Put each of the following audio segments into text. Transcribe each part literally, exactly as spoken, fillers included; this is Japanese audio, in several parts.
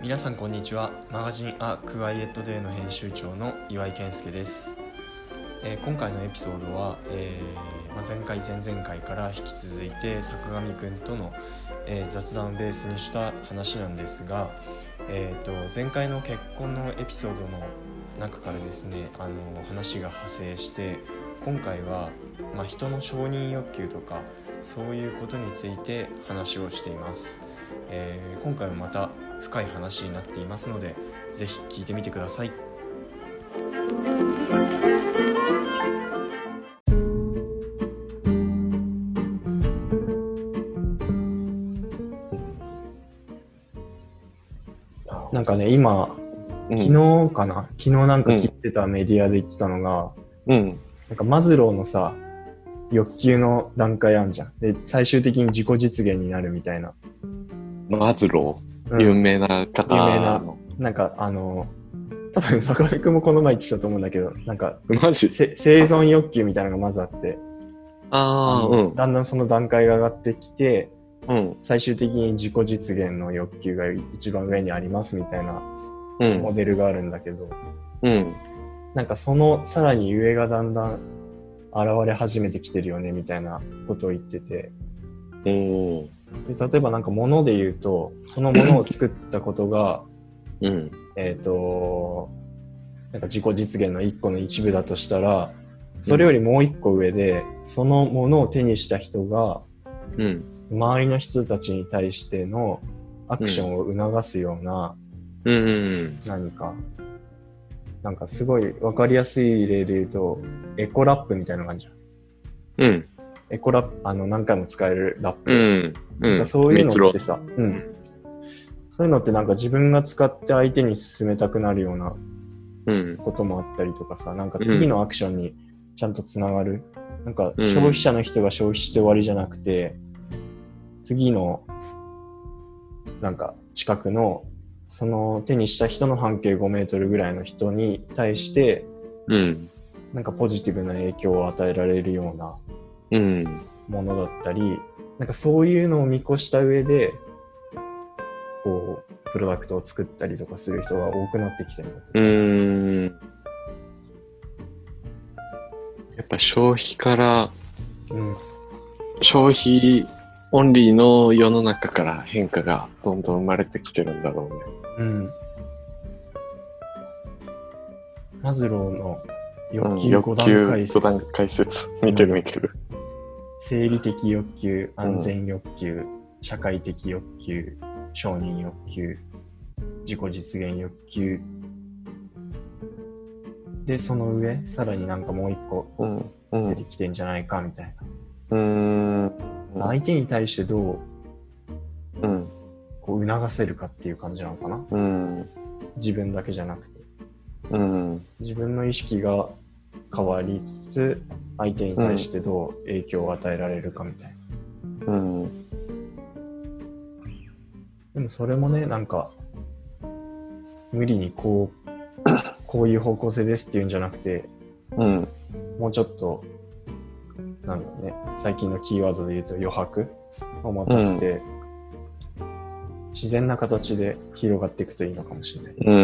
皆さんこんにちは。マガジンアクワイエットデーの編集長の岩井健介です。えー、今回のエピソードは、えーまあ、前回前々回から引き続いて坂上くんとの、えー、雑談をベースにした話なんですが、えー、と前回の結婚のエピソードの中からですね、あの話が派生して、今回は、まあ、人の承認欲求とかそういうことについて話をしています。えー、今回もまた深い話になっていますので、ぜひ聞いてみてください。なんかね、今、うん、昨日かな昨日なんか聞いてたメディアで言ってたのが、うん、なんかマズローのさ、欲求の段階あんじゃん。で、最終的に自己実現になるみたいな。 マズロー、うん、有名な方有名な、なんかあの、多分坂上くんもこの前言ってたと思うんだけど、なんか、 マジ生存欲求みたいなのがまずあって、 ああ、うん。 だんだんその段階が上がってきて、 うん、 最終的に自己実現の欲求が一番上にありますみたいなモデルがあるんだけど、 うん、 なんかそのさらに上がだんだん現れ始めてきてるよねみたいなことを言ってて、 うん、 で例えばなんか物で言うと、その物を作ったことが、 うん、 えっと、なんか自己実現の一個の一部だとしたら、それよりもう一個上で、そのものを手にした人が、 うん、 周りの人たちに対してのアクションを促すような、 うん、 何か、なんかすごいわかりやすい例で言うと、エコラップみたいな感じじゃん。 うん。 エコラップ、あの何回も使えるラップ。 うん。 なんかそういうのってさ、うん。そういうのってなんか自分が使って相手に進めたくなるようなこともあったりとかさ、なんか次のアクションにちゃんとつながる。なんか消費者の人が消費して終わりじゃなくて、次のなんか近くのその手にした人の半径ごメートルぐらいの人に対して、 うん、なんかポジティブな影響を与えられるようなものだったり、うん、なんかそういうのを見越した上でこうプロダクトを作ったりとかする人が多くなってきてるんだってさ。 うーん、やっぱ消費から、うん、消費オンリーの世の中から変化がどんどん生まれてきてるんだろうね。 うん。マズローの欲求ごだん階説、 うん、欲求ごだん階説見てる見てる、 うん、生理的欲求、安全欲求、うん、社会的欲求、承認欲求、自己実現欲求で、その上さらになんかもう一個出てきてんじゃないかみたいな、 うんうん、 相手に対してどう、 うん、 こう促せるかっていう感じなのかな、 うん、 自分だけじゃなくて、 うん、 自分の意識が変わりつつ相手に対してどう影響を与えられるかみたいな、うん、でもそれもね、なんか無理にこうこういう方向性ですっていうんじゃなくて、うん、もうちょっとなんだろうね、最近のキーワードで言うと余白を持たせて、うん、自然な形で広がっていくといいのかもしれない。 うん。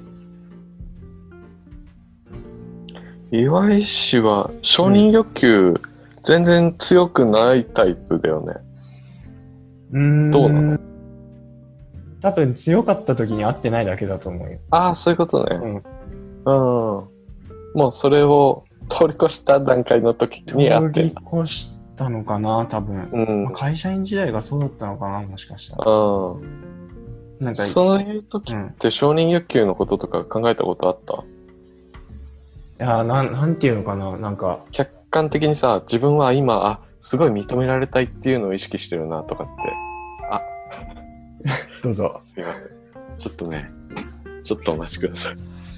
岩井氏は承認欲求全然強くないタイプだよね。 うーん。 どうなの？ 多分強かった時に合ってないだけだと思うよ。 ああ、そういうことね。うん。うん。もうそれを通り越した段階の時に合ってる。 通り越したのかな、多分。うんまあ、会社員時代がそうだったのかな、もしかしたら。 うん。なんかそういう時って承認欲求のこととか考えたことあった？ いやー、なん、なんていうのかな、なんか。 客観的にさ、自分は今、あ、すごい認められたいっていうのを意識してるなとかって。あ、 どうぞ。 すいません。ちょっとね、ちょっとお待ちください。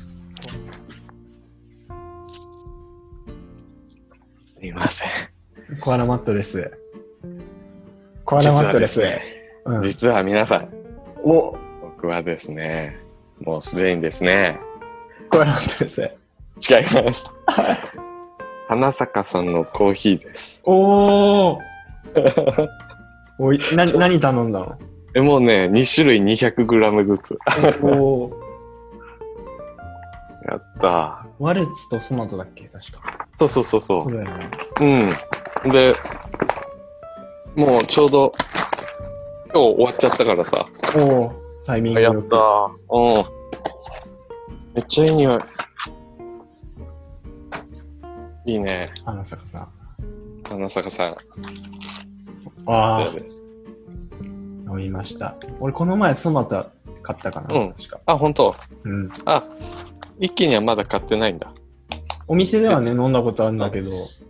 すいません。 コアラマットです。コアラマットです。 実はですね、うん、実は皆さん、 お僕はですね、もうすでにですね、 コアラマットです。 違います。花坂さんのコーヒーです。 おーおい、な、何頼んだの？ え、もうね、に種類 にひゃくグラム ずつ。 おーやったワルツとソナタだっけ確か。 ー。そうそうそうそう。 そうだよね。 うん。で、もうちょうど、今日終わっちゃったからさ。 おお、タイミングよく。 やったー。うん。めっちゃいい匂い。いいね。 花坂さん。 花坂さん。 ああ、 こちらです。 飲みました。俺この前ソナタ買ったかな、 うん確か。 あ、ほんと。 うん。 あ、一気にはまだ買ってないんだ。 お店ではね、飲んだことあるんだけど、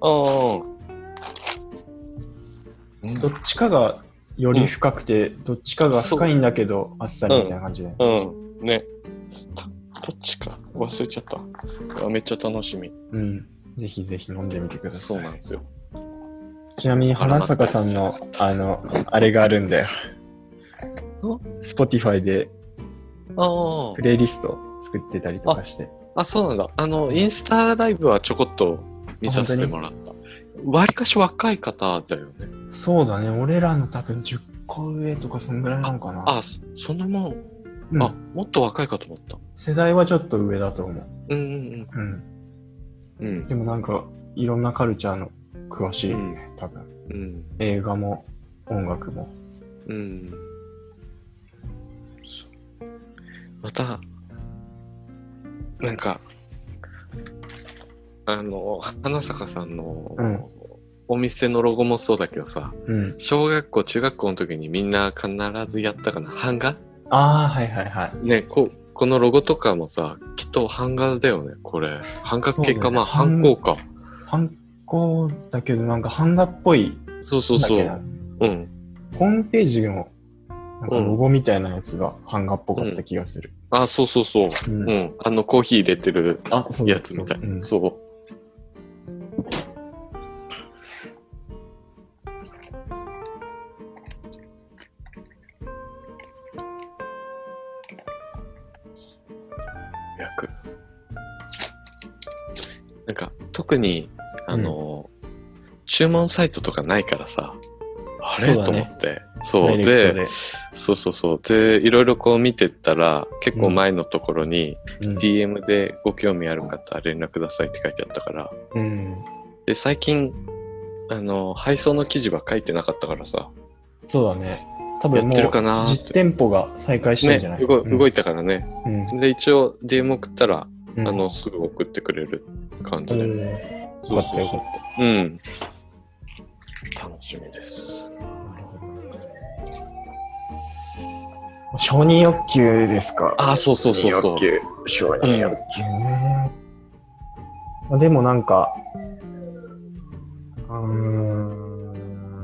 うんうん。 どっちかがより深くて、どっちかが深いんだけど、あっさりみたいな感じで。 うん。ね。たどっちか忘れちゃった。あめっちゃ楽しみ。 うん。ぜひぜひ飲んでみてください。 そうなんですよ。 ちなみに花坂さんの、あの、あれがあるんだよ。Spotify であプレイリスト作ってたりとかして。 あ。あ、そうなんだ。あの、インスタライブはちょこっと見させてもらった。わりかし若い方だよね。 そうだね。俺らの多分じゅっこ上とかそんぐらいなのかな。 あ、そそんなもん。 うん、 あ、もっと若いかと思った。 世代はちょっと上だと思う。 うんうんうん。 うん。うん。 でもなんか、いろんなカルチャーの詳しいよね、多分。 うん。 映画も音楽も。 うん。そうまた、なんか、あの、花坂さんの、 うんお店のロゴもそうだけどさ、 うん。 小学校、中学校の時にみんな必ずやったかな。版画ああ、はいはいはい。 ね、こ、このロゴとかもさ、きっと版画だよね、これ。版画系か、 そうだねまあ、版行か。 版画だけどなんか版画っぽい。 そうそうそう。 だっうん。 けなホームページのなんかロゴみたいなやつが版画っぽかった気がする。 あ、そうそうそう。 う。 うんん。あの、コーヒー入れてるあ、そうやつみたい。 そううんそう。役。なんか、特に、あの、注文サイトとかないからさ、あれ、 そうだねと思って。そう。 ダイレクトで、 で。 そうそうそう。で、いろいろこう見てったら、結構前のところに、 うん。 ディーエム でご興味ある方連絡くださいって書いてあったから、 うん。 で、最近、あの、配送の記事は書いてなかったからさ、 そうだね。多分やってるもうかなーって実店舗が再開してんね、 じゃない、 動うん動いたからね。 うん。 で、一応 ディーエム 送ったら、 うんあの、すぐ送ってくれる感じで。 うん、よそうそうそうかったよかっうん。楽しみです。 た。なるほどね。承認欲求ですか。 あ、そうそうそうそう。 承認欲求。承認欲求ね。まあでもなんか、うーん。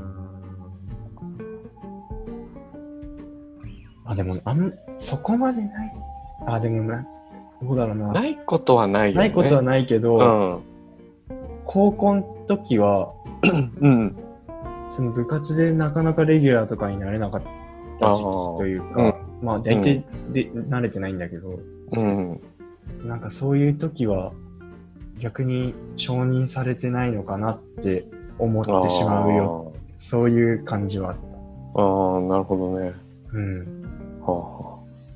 あ、でも、あん、そこまでない。あ、でもな、どうだろうな。 ないことはないよね。 ないことはないけど、 うん。 高校の時は、 うん。 その部活でなかなかレギュラーとかになれなかった時期というか、 うんまあ大体で、慣れてないんだけど、 うん。 なんかそういう時は逆に承認されてないのかなって思ってしまうよ。そういう感じはあった。 あーあー、なるほどね。 うん。 は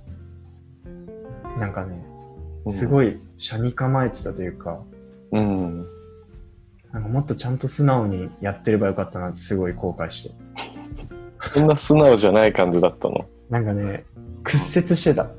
なんかね、 あ、 すごい車に構えてたというか、 うん。 なんかもっとちゃんと素直にやってればよかったなってすごい後悔して。 そんな素直じゃない感じだったの。 なんかね、屈折してた。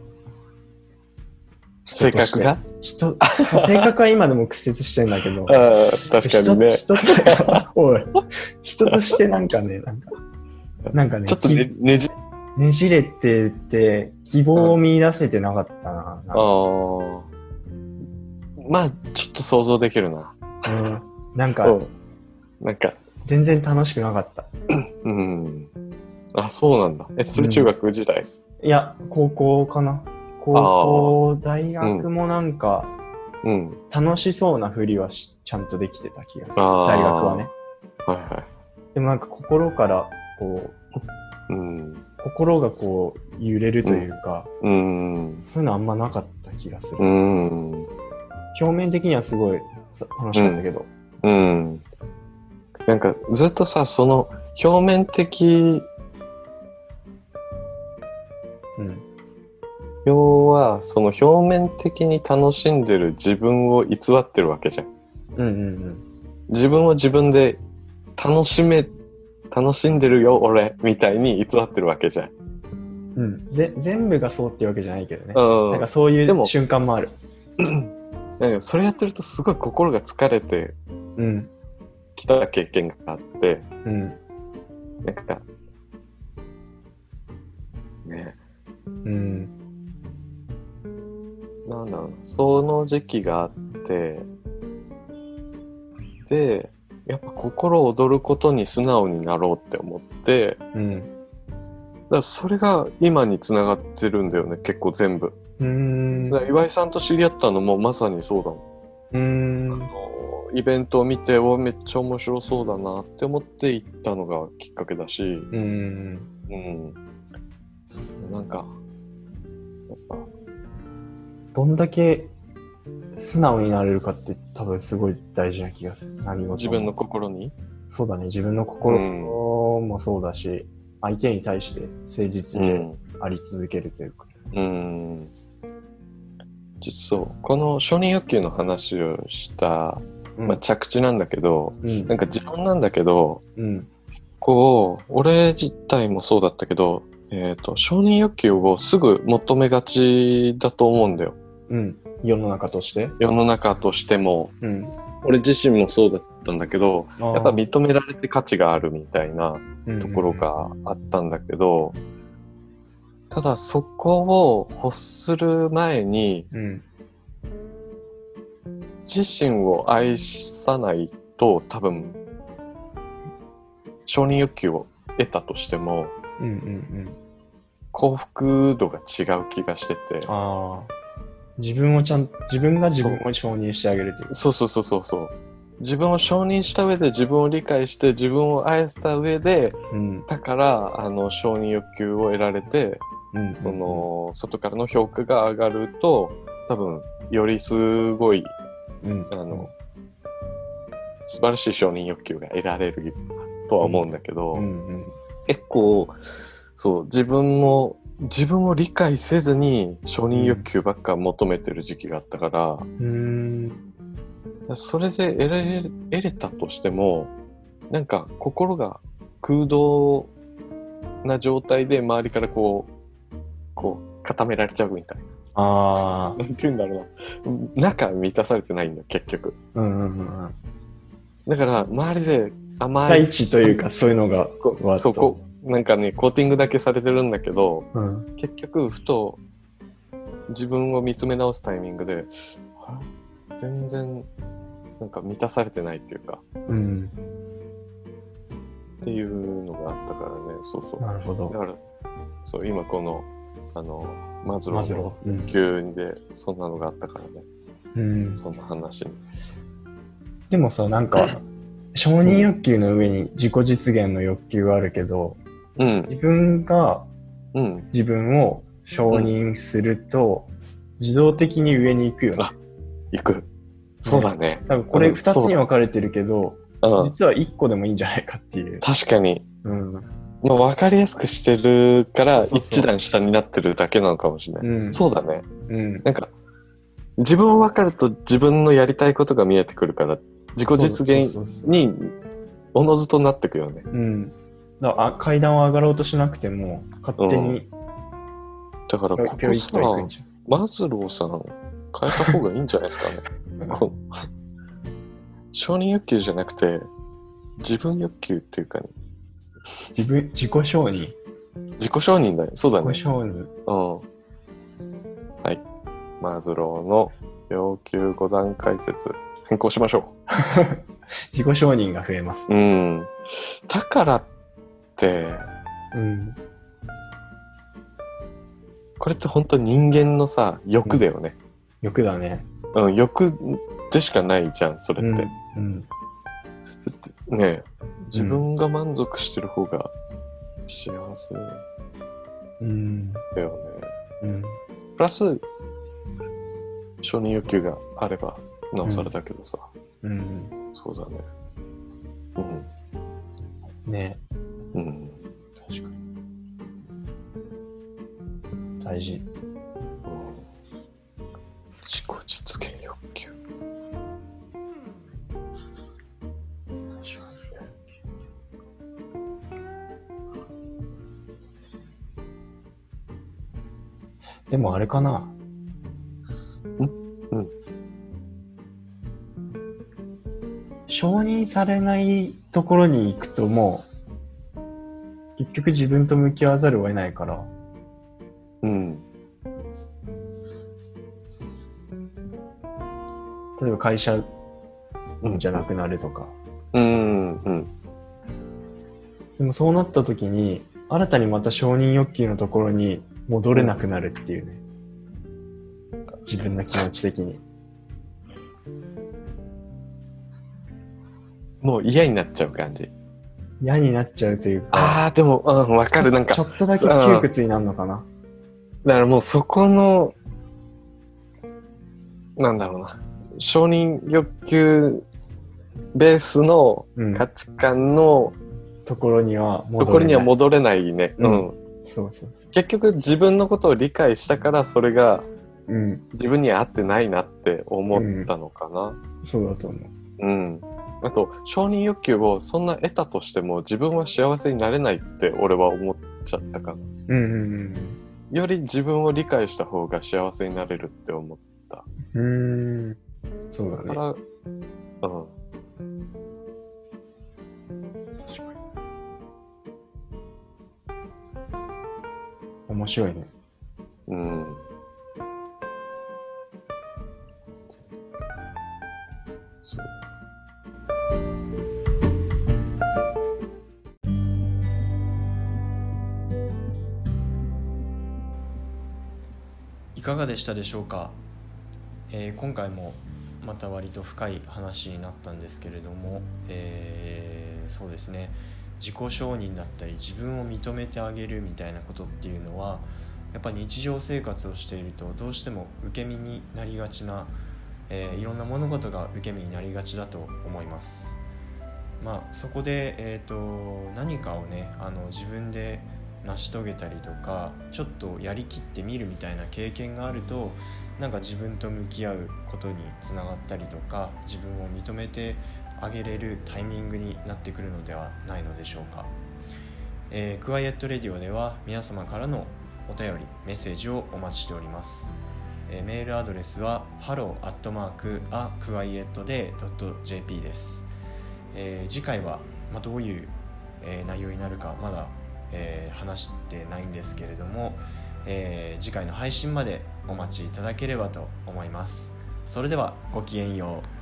性格が人、性格は今でも屈折してんだけど、 ああ、確かにね。 人、人と、おい、人としてなんかね、なんか、なんかね、 ちょっとねきねじ、 ねじれてて、希望を見出せてなかったな。なんかああ。まあ、ちょっと想像できるな。 うん、なんか、 うん。なんか、 全然楽しくなかった。 うん。あ、そうなんだ。え、それ中学時代、 いや、高校かな。高校、大学もなんか、 うん。 楽しそうなふりはしちゃんとできてた気がする。 あー大学はね。 はいはでもなんか心から、こう、 い。うん。 心がこう、揺れるというか、 うん。 そういうのあんまなかった気がする。 うん。 表面的にはすごいさ楽しかったけど。 うん。なんか、ずっとさ、その、表面的要はその表面的に楽しんでる自分を偽ってるわけじゃん。 うんうんうん。 自分を自分で楽しめ楽しんでるよ俺みたいに偽ってるわけじゃん。 うん、ぜ全部がそうっていうわけじゃないけどね。 うん、 なんかそういでもう瞬間もある。 なんかそれやってるとすごい心が疲れてうんきた経験があって、 うんなんかね、 うんなんだろうな、その時期があって、でやっぱ心躍ることに素直になろうって思って、 うんだからそれが今につながってるんだよね、結構全部。 うーんだから岩井さんと知り合ったのもまさにそうだもん。 うーんあのイベントを見て、おめっちゃ面白そうだなって思って行ったのがきっかけだし、 うんうん、なんかやっぱどんだけ素直になれるかって多分すごい大事な気がする。何事も自分の心に、 そうだね、自分の心もそうだし、相手に対して誠実であり続けるというか。 うん、うん、実そうこの承認欲求の話をした、 うんまあ、着地なんだけど、 うん、 なんか自分なんだけど、 うんこう俺自体もそうだったけど、えーと、承認欲求をすぐ求めがちだと思うんだよ。 うん、世の中として世の中としても、 うん、 俺自身もそうだったんだけど、 あーやっぱ認められて価値があるみたいなところがあったんだけど、ただそこを欲する前に、 うん、 自身を愛さないと多分承認欲求を得たとしてもうんうんうん幸福度が違う気がしてて、 ああ自分をちゃん自分が自分を承認してあげるというかそうそうそうそうそう自分を承認した上で自分を理解して自分を愛した上で、 うん、 だからあの承認欲求を得られて、 うんうんうん、 その外からの評価が上がると多分よりすごい、 うん、 あの素晴らしい承認欲求が得られるとは思うんだけど、 うんうん、 結構そう自分も自分を理解せずに承認欲求ばっか求めてる時期があったから、 うーんそれで得られ得れたとしてもなんか心が空洞な状態で周りからこうこう固められちゃうみたいな。 ああなんて言うんだろうな、中満たされてないんだよ結局。 うんうんうんだから周りで甘い期待値というかそういうのがこわっとそうこなんかねコーティングだけされてるんだけど、 うん、 結局ふと自分を見つめ直すタイミングであ全然なんか満たされてないっていうか、 うん、 っていうのがあったからね。そうそうなるほどだからそう今このあのマズロマズローのー、うん欲求でそんなのがあったからね、 うん、 そんな話に。 でもさなんか承認欲求の上に自己実現の欲求はあるけど、 うん自分がうん自分を承認すると、自動的に上に行くよね。 あ行くそうだね。 多分これふたつに分かれてるけど、 うん、 実はいっこでもいいんじゃないかっていう。 確かに、 うんまあ、分かりやすくしてるからそうそうそう一段下になってるだけなのかもしれない、 うん、 そうだね。 うんなんか自分を分かると自分のやりたいことが見えてくるから自己実現におのずとなってくよね。 うん。だからあ階段を上がろうとしなくても勝手にだからこぴょいっこさと行くんじゃん。 マズローさん変えた方がいいんじゃないですかね。この承認欲求じゃなくて自分欲求っていうか、ね、 自分自己承認。 自己承認だね。そうだね。 自己承認。 うん。はい。マズローの要求ご段階説変更しましょ自己承認が増えます。 う。うん。だからって、 うん。 これって本当人間のさ欲だよね。 欲だね。 うん、欲でしかないじゃんそれって。 うん。うん、 だってね、自分が満足してる方が幸せうん。 だよね。 うん。 プラス承認欲求があればなおさらだけどさ、 うん。 そうだね。 うん。ねうん。うん。 確かに。大事。 でもあれかな、 うん。 承認されないところに行くともう結局自分と向き合わざるを得ないから、 うん。 例えば会社じゃなくなるとか、 うん。うん。 でもそうなった時に新たにまた承認欲求のところに戻れなくなるっていうね、自分の気持ち的にもう嫌になっちゃう感じ。 嫌になっちゃうというか、 ああ、でも、うん、わかる。なんか、 ちょっとだけ窮屈になるのかな。 だからもうそこの、なんだろうな、承認欲求ベースの価値観の、 うん、ところには戻れない。 ところには戻れないね。 うん。うん、そうそうそう。 結局自分のことを理解したからそれが自分には合ってないなって思ったのかな。 うん、そうだと思う。 うん。あと承認欲求をそんな得たとしても自分は幸せになれないって俺は思っちゃったかな。 うんうんうん。より自分を理解した方が幸せになれるって思った。 うーん。そうだね。 だから、うん。 確かに。面白いね。 うん。そう。 いかがでしたでしょうか。えー、今回もまた割と深い話になったんですけれども、えー、そうですね、自己承認だったり自分を認めてあげるみたいなことっていうのはやっぱ日常生活をしているとどうしても受け身になりがちな、えー、いろんな物事が受け身になりがちだと思います。まあ、そこで、えーと、何かをねあの自分で成し遂げたりとかちょっとやりきってみるみたいな経験があるとなんか自分と向き合うことにつながったりとか自分を認めてあげれるタイミングになってくるのではないのでしょうか。えー、クワイエットレディオでは皆様からのお便りメッセージをお待ちしております。えー、メールアドレスは ハロー アットマーク アクワイエットデー ドット ジェーピー です。えー、次回は、まあ、どういう、えー、内容になるかまだえー、話してないんですけれども、えー、次回の配信までお待ちいただければと思います。それではごきげんよう。